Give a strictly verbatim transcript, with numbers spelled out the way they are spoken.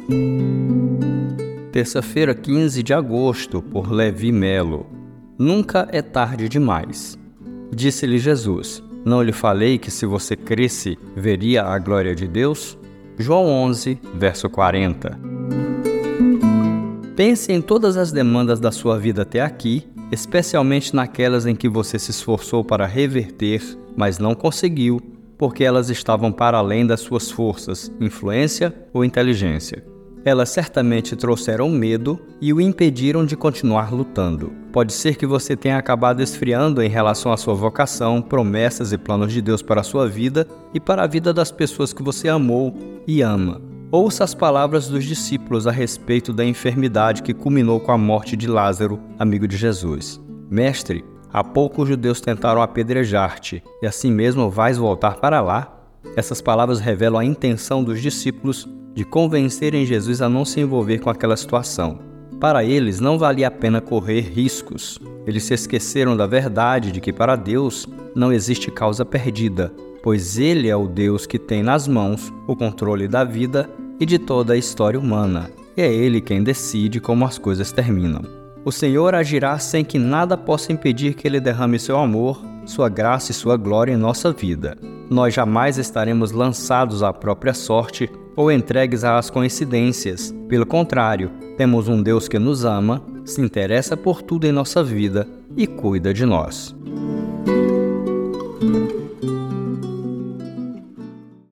Terça-feira, quinze de agosto, por Levi Melo. Nunca é tarde demais. Disse-lhe Jesus: não lhe falei que se você cresce, veria a glória de Deus? João onze, verso quarenta. Pense em todas as demandas da sua vida até aqui, especialmente naquelas em que você se esforçou para reverter, mas não conseguiu, porque elas estavam para além das suas forças, influência ou inteligência. Elas certamente trouxeram medo e o impediram de continuar lutando. Pode ser que você tenha acabado esfriando em relação à sua vocação, promessas e planos de Deus para a sua vida e para a vida das pessoas que você amou e ama. Ouça as palavras dos discípulos a respeito da enfermidade que culminou com a morte de Lázaro, amigo de Jesus. Mestre, há pouco os judeus tentaram apedrejar-te, e assim mesmo vais voltar para lá? Essas palavras revelam a intenção dos discípulos de convencerem Jesus a não se envolver com aquela situação. Para eles, não valia a pena correr riscos. Eles se esqueceram da verdade de que para Deus não existe causa perdida, pois Ele é o Deus que tem nas mãos o controle da vida e de toda a história humana, e é Ele quem decide como as coisas terminam. O Senhor agirá sem que nada possa impedir que Ele derrame seu amor, sua graça e sua glória em nossa vida. Nós jamais estaremos lançados à própria sorte ou entregues às coincidências. Pelo contrário, temos um Deus que nos ama, se interessa por tudo em nossa vida e cuida de nós.